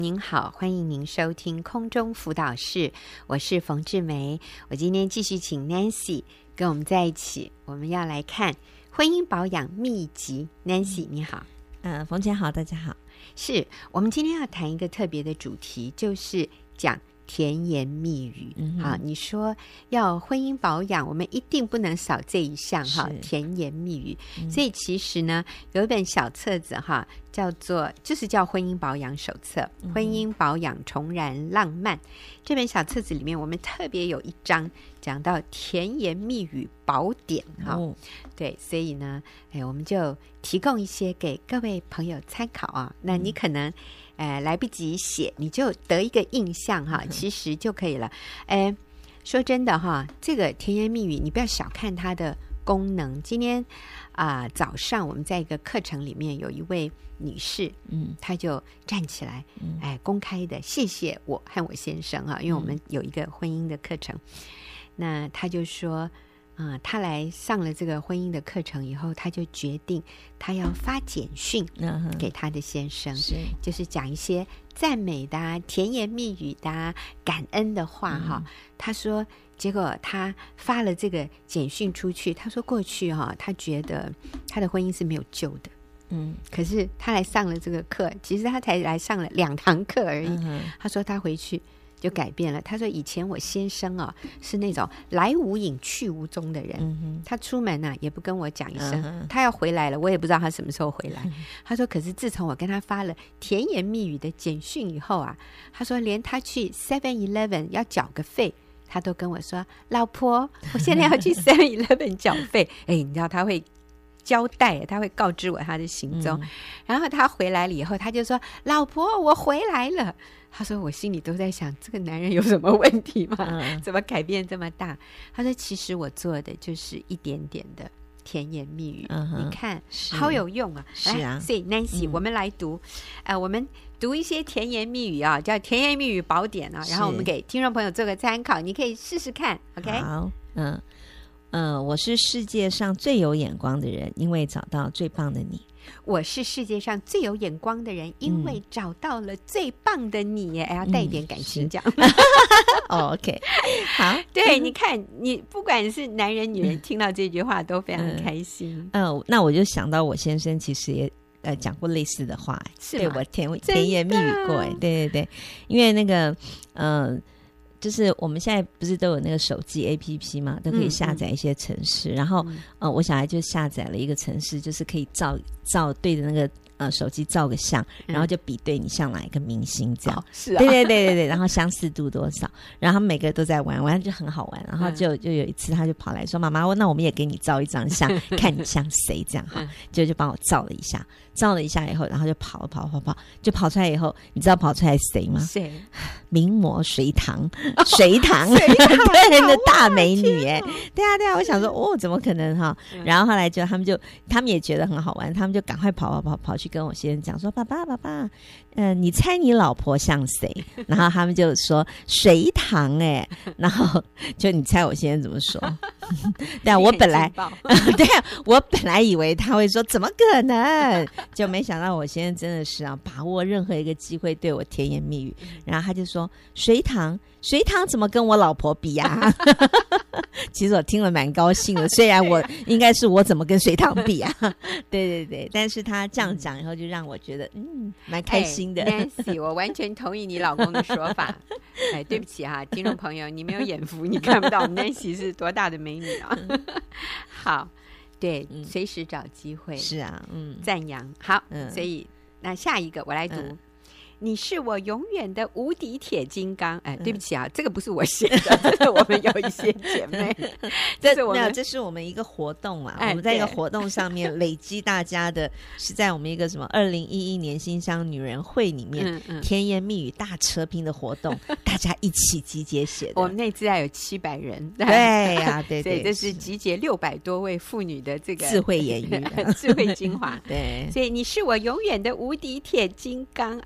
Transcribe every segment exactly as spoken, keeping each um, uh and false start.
您好，欢迎您收听空中辅导室，我是冯志梅。我今天继续请 Nancy 跟我们在一起，我们要来看婚姻保养秘籍。 Nancy 你好。 呃，冯姐好，大家好。 是我们今天要谈一个特别的主题，就是讲甜言蜜语。嗯、好，你说要婚姻保养，我们一定不能少这一项哈，甜言蜜语、嗯。所以其实呢，有一本小册子哈，叫做就是叫婚姻保养手册，嗯、婚姻保养重燃浪漫。这本小册子里面，我们特别有一章讲到甜言蜜语宝典哈、哦。对，所以呢，哎，我们就提供一些给各位朋友参考啊。那你可能。呃，来不及写，你就得一个印象哈，其实就可以了。哎，说真的哈，这个甜言蜜语，你不要小看它的功能。今天啊、呃，早上我们在一个课程里面，有一位女士，嗯，她就站起来，嗯、哎，公开的谢谢我和我先生哈，因为我们有一个婚姻的课程，嗯、那她就说。嗯，他来上了这个婚姻的课程以后，他就决定他要发简讯给他的先生，是就是讲一些赞美的、啊、甜言蜜语的、啊、感恩的话哈、嗯。他说，结果他发了这个简讯出去，他说过去哈，他觉得他的婚姻是没有救的。嗯，可是他来上了这个课，其实他才来上了两堂课而已。嗯、他说他回去。就改变了。他说以前我先生哦是那种来无影去无踪的人，嗯、他出门啊也不跟我讲一声、嗯、他要回来了我也不知道他什么时候回来、嗯、他说可是自从我跟他发了甜言蜜语的简讯以后啊，他说连他去 seven eleven 要缴个费他都跟我说老婆我现在要去 seven eleven 缴费哎，你知道他会交代，他会告知我他的行踪、嗯、然后他回来了以后他就说老婆我回来了，他说我心里都在想这个男人有什么问题吗、嗯、怎么改变这么大。他说其实我做的就是一点点的甜言蜜语、嗯、你看好有用啊。是啊，所以 Nancy、嗯、我们来读、呃、我们读一些甜言蜜语啊，叫甜言蜜语宝典啊，然后我们给听众朋友做个参考，你可以试试看。 OK， 好，嗯呃，我是世界上最有眼光的人，因为找到最棒的你。 我是世界上最有眼光的人，因为找到了最棒的你。哎、嗯，要带一点感情讲。 哦、OK， 好， 对，你看，你不管是男人女人，听到这句话都非常开心。 嗯、呃，那我就想到我先生其实也呃讲过类似的话，对我甜甜言蜜语过。对对对，因为那个嗯。呃就是我们现在不是都有那个手机 A P P 嘛，都可以下载一些程式、嗯、然后、嗯、呃，我小孩就下载了一个程式，就是可以照照对着那个呃手机照个相、嗯、然后就比对你像哪一个明星这样、哦、是啊，对对对对对，然后相似度多少，然后他们每个都在玩玩就很好玩，然后就就有一次他就跑来说妈妈那我们也给你照一张相看你像谁这样哈，就就帮我照了一下照了一下以后，然后就跑跑跑跑就跑出来以后，你知道跑出来谁吗？谁？名模隋棠。隋棠对的大美女哎，对啊对啊，我想说哦怎么可能哈，然后后来就他们就他们也觉得很好玩，他们就赶快跑跑跑跑去跟我先生讲说爸爸爸爸呃，你猜你老婆像谁？然后他们就说隋棠哎，然后就你猜我先生怎么说？对啊，我本来对啊，我本来以为他会说怎么可能，就没想到我先生真的是啊，把握任何一个机会对我甜言蜜语，然后他就说隋棠隋棠怎么跟我老婆比啊？其实我听了蛮高兴的，虽然我应该是我怎么跟隋棠比啊？对对对，但是他这样讲以后就让我觉得嗯蛮开心的。 欸、Nancy 我完全同意你老公的说法。哎，对不起哈、啊，听众朋友，你没有眼福，你看不到 Nancy 是多大的美女啊。好，对，随时找机会、嗯、 是啊，嗯， 赞扬好、嗯，所以那下一个我来读。嗯，你是我永远的无敌铁金刚。哎，对不起啊，嗯、这个不是我写的，这是我们有一些姐妹， 这是我们这是我们一个活动啊、哎，我们在一个活动上面累积大家的，是在我们一个什么二零一一年新乡女人会里面、嗯嗯、甜言蜜语大车拼的活动，大家一起集结写的。 我们那次还有七百人， 对呀、啊，对 对, 对， 所以这是集结六百多位妇女的这个智慧言语、 智慧精华。 对， 所以你是我永远的无敌铁金刚。哎呦。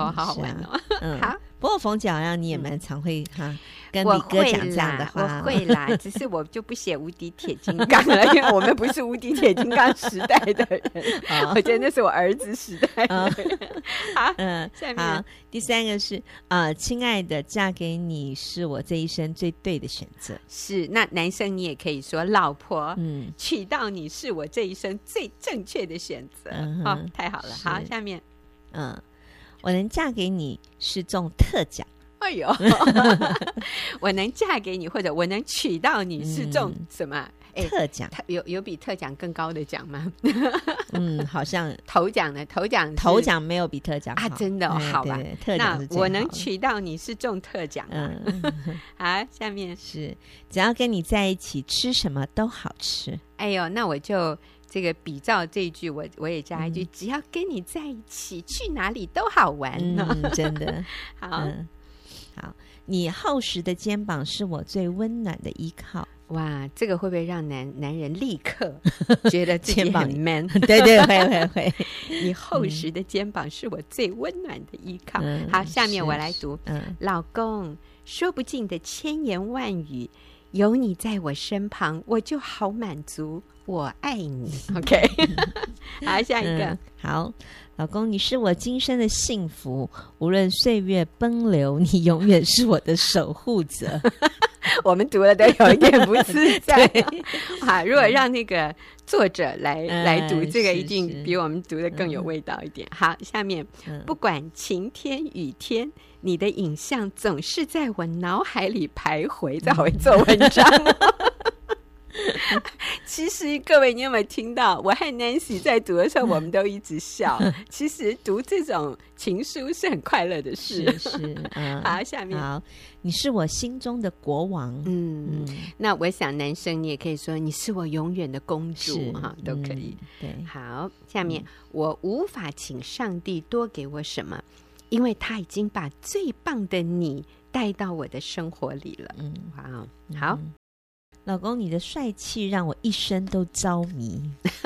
哦，好好玩哦。啊嗯、 好。 不过冯姐好像你也蛮常会哈、嗯、跟李哥讲这样的话。 我会啦，只是我就不写无敌铁金刚了，因为我们不是无敌铁金刚时代的人。哦、我觉得那是我儿子时代的人。哦、好，嗯，下面好，第三个是啊、呃，亲爱的，嫁给你是我这一生最对的选择。 是，那男生你也可以说，老婆，嗯，娶到你是我这一生最正确的选择。嗯、哦，太好了。好，下面， 嗯。我能嫁给你是中特奖。 哎呦，我能嫁给你，或者我能娶到你是中什么、 嗯、特奖？ 有有比特奖更高的奖吗？ 嗯，好像头奖呢？头奖头奖没有比特奖好啊，真的、哦哎、 好吧？ 对对特奖是最好的。 那我能娶到你是中特奖、啊。嗯，好，下面是只要跟你在一起，吃什么都好吃。 哎呦，那我就。这个比照这一句我我也加一句、嗯、只要跟你在一起去哪里都好玩、哦嗯、真的好、 嗯、好，你厚实的肩膀是我最温暖的依靠。 哇，这个会不会让男男人立刻觉得自己很 man？ 对对，会会会。 你厚实的肩膀是我最温暖的依靠、嗯、好，下面我来读、嗯、老公，说不尽的千言万语，有你在我身旁我就好满足，我爱你。 OK 好，下一个、嗯、 好，老公，你是我今生的幸福，无论岁月奔流，你永远是我的守护者。 我们读了都有一点不自在啊！如果让那个作者来、嗯、来读这个，一定比我们读的更有味道一点、嗯、好，下面、嗯、不管晴天雨天，你的影像总是在我脑海里徘徊，在会做文章、哦其实各位你有没有听到，我和 Nancy 在读的时候我们都一直笑。其实读这种情书是很快乐的事。 是是、嗯、 好，下面好，你是我心中的国王。 嗯, 嗯那我想男生你也可以说你是我永远的公主哈，都可以、 嗯、对。 好，下面、嗯、我无法请上帝多给我什么，因为他已经把最棒的你带到我的生活里了。嗯，哇，好、嗯老公，你的帅气让我一生都着迷。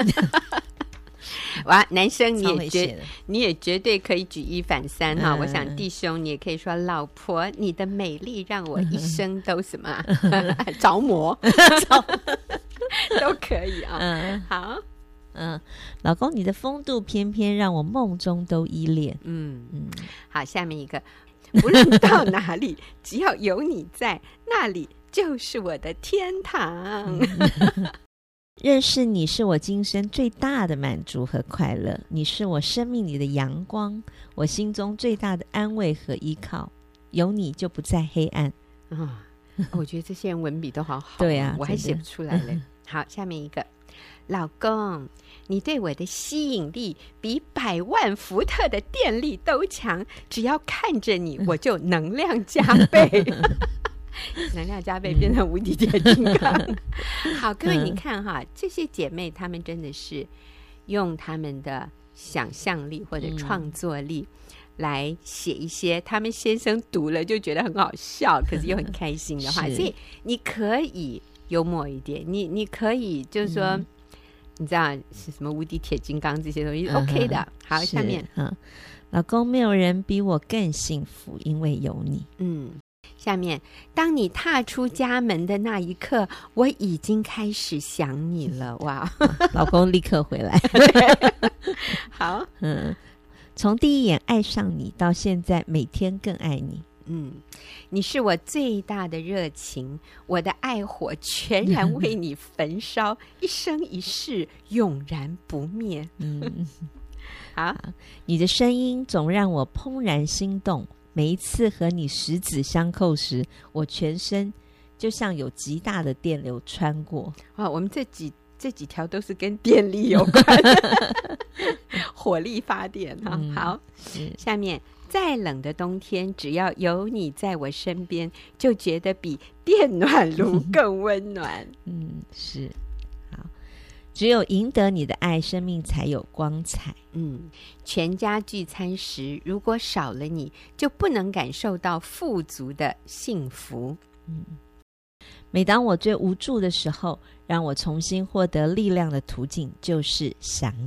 哇，男生你也绝你也绝对可以举一反三哈、嗯！我想弟兄你也可以说，老婆，你的美丽让我一生都什么着魔，都可以啊。嗯，好， 嗯，老公，你的风度翩翩让我梦中都依恋。嗯嗯，好，下面一个，无论到哪里，只要有你在那里。就是我的天堂、嗯、 认识你是我今生最大的满足和快乐，你是我生命里的阳光，我心中最大的安慰和依靠，有你就不再黑暗、 哦、我觉得这些人文笔都好好对啊， 我还写不出来了好，下面一个，老公，你对我的吸引力比百万伏特的电力都强，只要看着你我就能量加倍能量加倍变成无敌铁金刚、嗯、好，各位你看哈、嗯、这些姐妹她们真的是用她们的想象力或者创作力来写一些他们先生读了就觉得很好笑可是又很开心的话，所以你可以幽默一点，你你可以就是说、嗯、你知道是什么无敌铁金刚这些东西、嗯、OK 的。好，下面、 嗯、老公，没有人比我更幸福，因为有你。嗯， 下面，当你踏出家门的那一刻，我已经开始想你了。哇， 老公立刻回来。 好， 嗯，从第一眼爱上你到现在，每天更爱你。 嗯，你是我最大的热情，我的爱火全然为你焚烧，一生一世永然不灭。嗯，好， 你的声音总让我怦然心动。每一次和你十指相扣时，我全身就像有极大的电流穿过。 哇，我们这几这几条都是跟电力有关火力发电、嗯、好，下面，再冷的冬天只要有你在我身边，就觉得比电暖炉更温暖。 嗯，是。只有赢得你的爱，生命才有光彩。 嗯，全家聚餐时，如果少了你，就不能感受到富足的幸福。嗯， 每当我最无助的时候，让我重新获得力量的途径就是想你。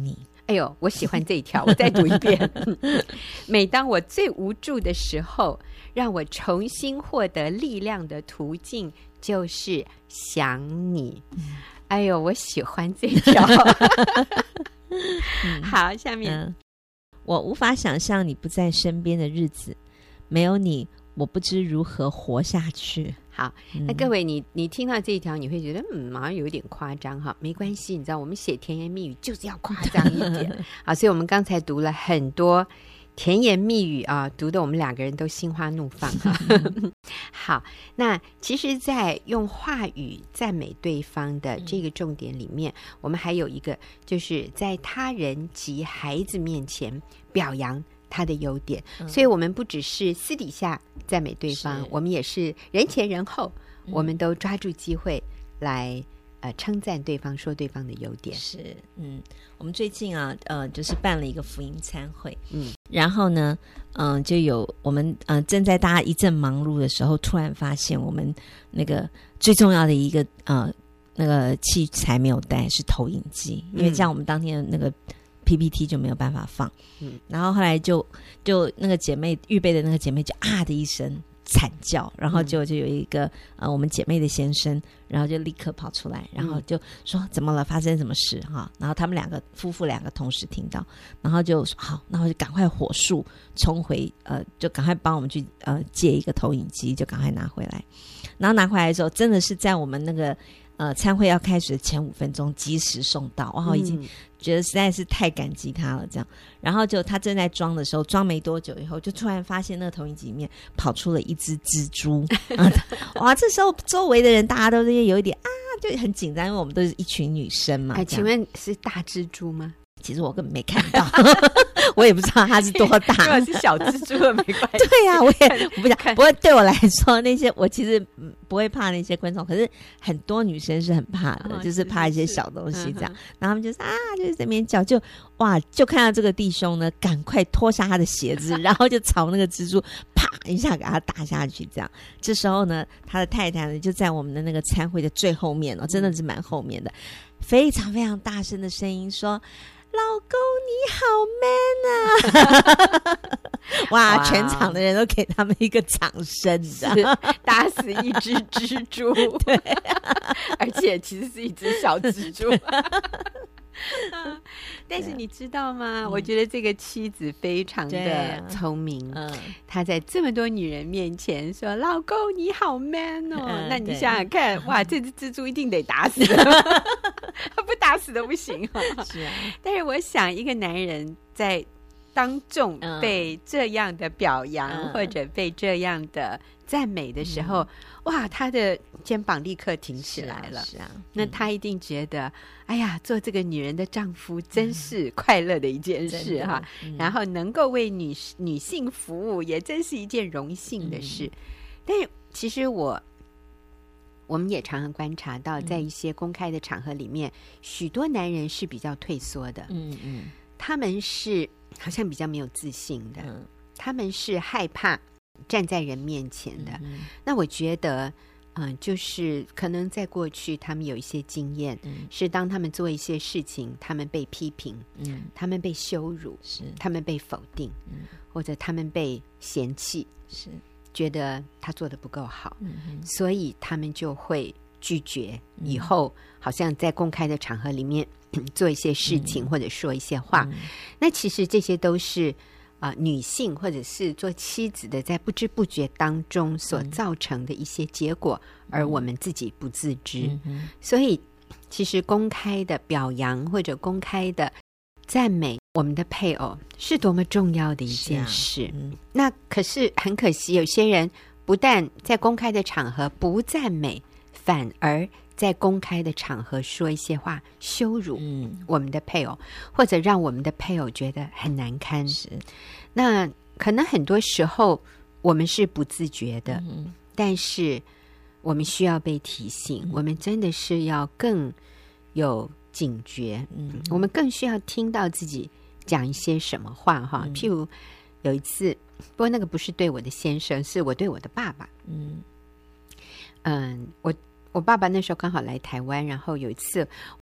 哎呦，我喜欢这一条，我再读一遍。每当我最无助的时候，让我重新获得力量的途径就是想你。哎呦，我喜欢这一条。好，下面、嗯、 我无法想象你不在身边的日子，没有你我不知如何活下去。 好，那各位你你听到这一条你会觉得嗯好像有点夸张哈，没关系，你知道我们写甜言蜜语就是要夸张一点好，所以我们刚才读了很多甜言蜜语啊，读得我们两个人都心花怒放好，那其实在用话语赞美对方的这个重点里面、嗯、我们还有一个就是在他人及孩子面前表扬他的优点、嗯、所以我们不只是私底下赞美对方，我们也是人前人后、嗯、我们都抓住机会来呃称赞对方，说对方的优点。 是，嗯，我们最近啊呃就是办了一个福音餐会，嗯，然后呢嗯、呃、就有我们呃正在大家一阵忙碌的时候，突然发现我们那个最重要的一个呃那个器材没有带，是投影机，因为这样我们当天的那个P P T 就没有办法放，嗯，然后后来就就那个姐妹预备的那个姐妹就啊的一声惨叫，然后就就有一个、嗯、呃我们姐妹的先生，然后就立刻跑出来，然后就说、嗯、怎么了，发生什么事哈？然后他们两个夫妇两个同时听到，然后就说好，然后就赶快火速冲回呃，就赶快帮我们去呃借一个投影机，就赶快拿回来。然后拿回来的时候，真的是在我们那个呃餐会要开始的前五分钟及时送到，然后已经觉得实在是太感激他了这样。然后就他正在装的时候，装没多久以后，就突然发现那个投影机里面跑出了一只蜘蛛哇，这时候周围的人大家都是有一点啊，就很紧张，因为我们都是一群女生嘛。 哎，请问是大蜘蛛吗？ 其实我根本没看到我也不知道它是多大如果是小蜘蛛的没关系对呀、啊，我也我不讲。不过对我来说，那些我其实不会怕那些昆虫，可是很多女生是很怕的、哦、就是怕一些小东西这样、嗯、然后他们就是啊就是在那边叫，就哇就看到这个弟兄呢赶快脱下他的鞋子然后就朝那个蜘蛛啪一下给他打下去这样。这时候呢他的太太呢就在我们的那个餐会的最后面哦，真的是蛮后面的，非常非常大声的声音说，老公你好 man 啊哇, 哇全场的人都给他们一个掌声，你知道吗？ 打死一只蜘蛛对而且其实是一只小蜘蛛但是你知道吗、嗯、我觉得这个妻子非常的聪明、嗯、她在这么多女人面前说老公你好 man 哦、嗯、那你想想看、嗯、哇这只蜘蛛一定得打死不打死都不行、哦、是啊。但是我想一个男人在当众被这样的表扬、嗯、或者被这样的赞美的时候、嗯、哇他的肩膀立刻挺起来了，是啊，是啊、嗯、那他一定觉得哎呀做这个女人的丈夫真是快乐的一件事哈、嗯、然后能够为女女性服务也真是一件荣幸的事、嗯、但是其实我我们也常常观察到在一些公开的场合里面、嗯、许多男人是比较退缩的，嗯嗯，他们是好像比较没有自信的、嗯、他们是害怕站在人面前的、嗯、那我觉得嗯、呃，就是可能在过去他们有一些经验、嗯、是当他们做一些事情他们被批评、嗯、他们被羞辱，是他们被否定、嗯、或者他们被嫌弃，是觉得他做得不够好、嗯、所以他们就会拒绝以后好像在公开的场合里面做一些事情、嗯、或者说一些话、嗯、那其实这些都是呃，女性或者是做妻子的在不知不觉当中所造成的一些结果、嗯、而我们自己不自知、嗯、所以其实公开的表扬或者公开的赞美我们的配偶是多么重要的一件事、啊嗯、那可是很可惜有些人不但在公开的场合不赞美，反而在公开的场合说一些话羞辱我们的配偶、嗯、或者让我们的配偶觉得很难堪，是那可能很多时候我们是不自觉的、嗯、但是我们需要被提醒、嗯、我们真的是要更有警觉、嗯、我们更需要听到自己讲一些什么话哈、嗯、譬如有一次，不过那个不是对我的先生，是我对我的爸爸，嗯嗯，我我爸爸那时候刚好来台湾，然后有一次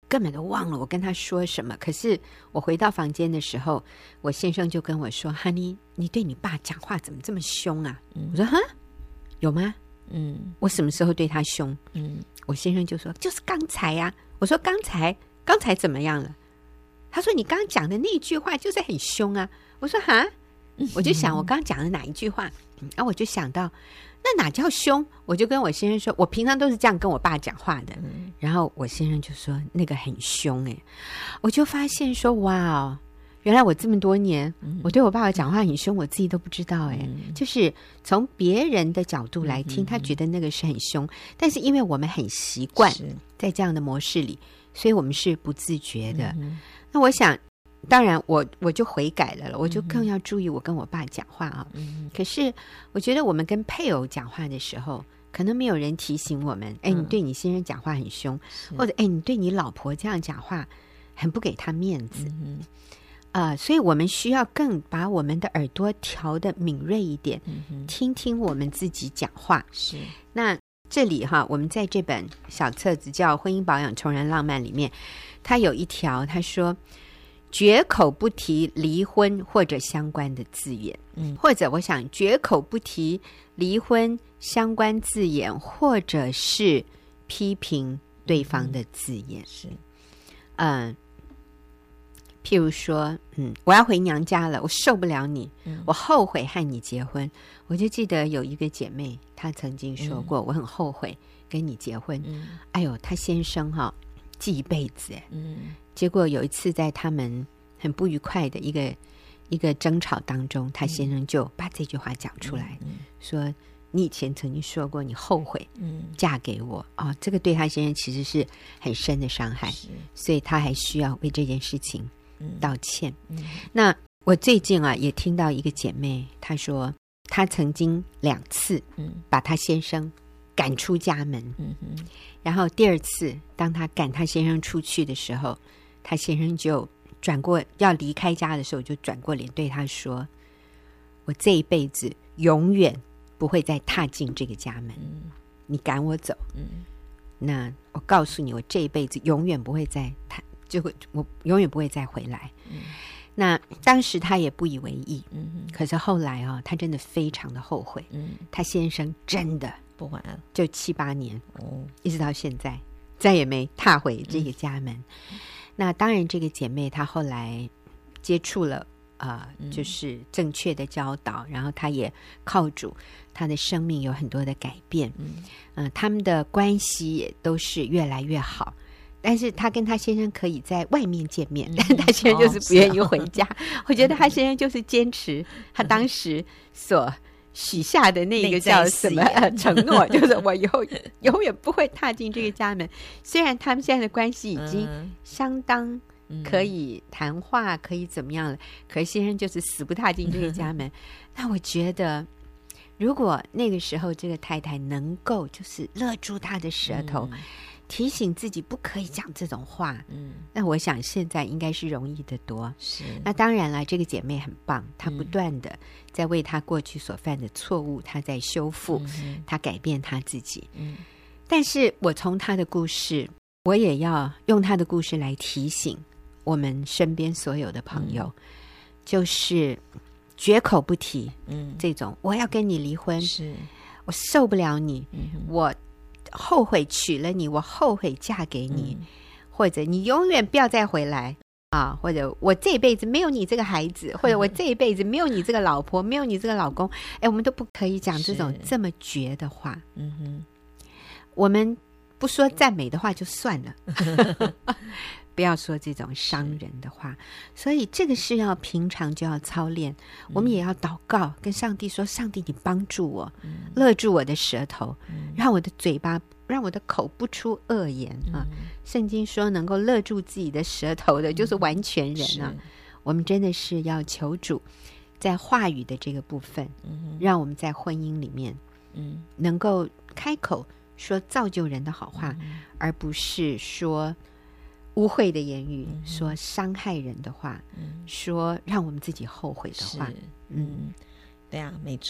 根本都忘了我跟他说什么。可是我回到房间的时候，我先生就跟我说 Honey 你对你爸讲话怎么这么凶啊、嗯、我说哈有吗？嗯，我什么时候对他凶？嗯，我先生就说就是刚才呀、啊。我说刚才刚才怎么样了？他说你刚刚讲的那句话就是很凶啊。我说哈，我就想我刚刚讲的哪一句话，然后、啊、我就想到那哪叫凶？我就跟我先生说我平常都是这样跟我爸讲话的、嗯、然后我先生就说那个很凶。哎，我就发现说哇哦，原来我这么多年、嗯、我对我爸爸讲话很凶，我自己都不知道。哎、嗯，就是从别人的角度来听、嗯、他觉得那个是很凶，但是因为我们很习惯在这样的模式里，所以我们是不自觉的、嗯、那我想当然我我就悔改了了，我就更要注意我跟我爸讲话啊、嗯。可是我觉得我们跟配偶讲话的时候，可能没有人提醒我们，哎，你对你先生讲话很凶、嗯、或者哎，你对你老婆这样讲话很不给他面子、嗯呃、所以我们需要更把我们的耳朵调得敏锐一点、嗯、听听我们自己讲话。是，那这里哈，我们在这本小册子叫《婚姻保养重燃浪漫》里面，它有一条，他说绝口不提离婚或者相关的字眼，嗯，或者我想绝口不提离婚相关字眼，或者是批评对方的字眼，是，嗯、呃，譬如说，嗯，我要回娘家了，我受不了你，嗯、我后悔和你结婚。我就记得有一个姐妹，她曾经说过，嗯、我很后悔跟你结婚。嗯、哎呦，她先生哈、哦、记一辈子哎，嗯。结果有一次在他们很不愉快的一个一个争吵当中，他先生就把这句话讲出来、嗯嗯、说你以前曾经说过你后悔嫁给我、嗯哦、这个对他先生其实是很深的伤害，所以他还需要为这件事情道歉、嗯嗯、那我最近啊也听到一个姐妹，她说她曾经两次把她先生赶出家门、嗯、然后第二次当她赶她先生出去的时候，他先生就转过要离开家的时候，就转过脸对他说，我这一辈子永远不会再踏进这个家门、嗯、你赶我走、嗯、那我告诉你，我这一辈子永远不会再就会我永远不会再回来、嗯、那当时他也不以为意、嗯、可是后来啊、哦，他真的非常的后悔、嗯、他先生真的不还了，就七八年、哦、一直到现在再也没踏回这个家门、嗯，那当然这个姐妹她后来接触了呃，就是正确的教导、嗯、然后她也靠主，她的生命有很多的改变，嗯、呃，他们的关系也都是越来越好，但是她跟她先生可以在外面见面、嗯、但她先生就是不愿意回家、哦、我觉得她先生就是坚持她当时所许下的那个叫什么、呃、承诺，就是我以后永远不会踏进这个家门。虽然他们现在的关系已经相当可以谈话、嗯、可以怎么样了，可是先生就是死不踏进这个家门、嗯、那我觉得如果那个时候这个太太能够就是勒住她的舌头、嗯，提醒自己不可以讲这种话，嗯，那我想现在应该是容易得多。是，那当然了，这个姐妹很棒，她不断的在为她过去所犯的错误，她在修复，嗯、她改变她自己。嗯，但是我从她的故事，我也要用她的故事来提醒我们身边所有的朋友，嗯、就是绝口不提，嗯，这种我要跟你离婚，是我受不了你，嗯、我。后悔娶了你，我后悔嫁给你、嗯、或者你永远不要再回来啊，或者我这辈子没有你这个孩子、嗯、或者我这一辈子没有你这个老婆没有你这个老公，哎，我们都不可以讲这种这么绝的话。嗯哼，我们不说赞美的话就算了不要说这种伤人的话，所以这个是要平常就要操练、嗯、我们也要祷告跟上帝说，上帝你帮助我、嗯、勒住我的舌头、嗯、让我的嘴巴让我的口不出恶言、嗯、啊。圣经说能够勒住自己的舌头的就是完全人啊、嗯、我们真的是要求主在话语的这个部分、嗯、让我们在婚姻里面、嗯、能够开口说造就人的好话、嗯、而不是说污秽的言语、嗯、说伤害人的话、嗯、说让我们自己后悔的话。嗯，对啊，没错。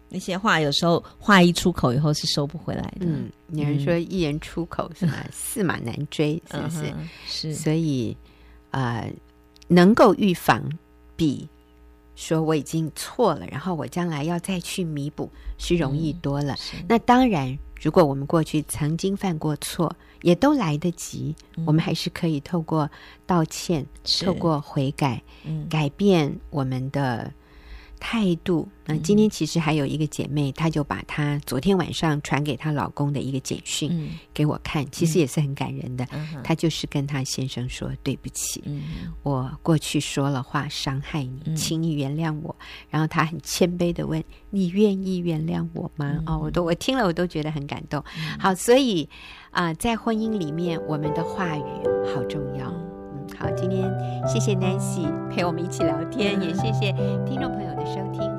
那些话有时候话一出口以后是收不回来的。 嗯，有人说一言出口是吧？驷马难追，是不是？ 嗯、是， 所以呃，能够预防比说我已经错了，然后我将来要再去弥补是容易多了。嗯、那当然，如果我们过去曾经犯过错，也都来得及，嗯、我们还是可以透过道歉，透过悔改，嗯、改变我们的态度。那、呃、今天其实还有一个姐妹，她就把她昨天晚上传给她老公的一个简讯给我看，嗯、其实也是很感人的。嗯、她就是跟她先生说对不起，嗯、我过去说了话伤害你，嗯、请你原谅我。然后她很谦卑的问，你愿意原谅我吗？嗯、哦，我都我听了我都觉得很感动。嗯、好，所以啊、呃，在婚姻里面，我们的话语好重要。嗯，好，今天谢谢 Nancy 陪我们一起聊天，嗯、也谢谢听众朋友的收听。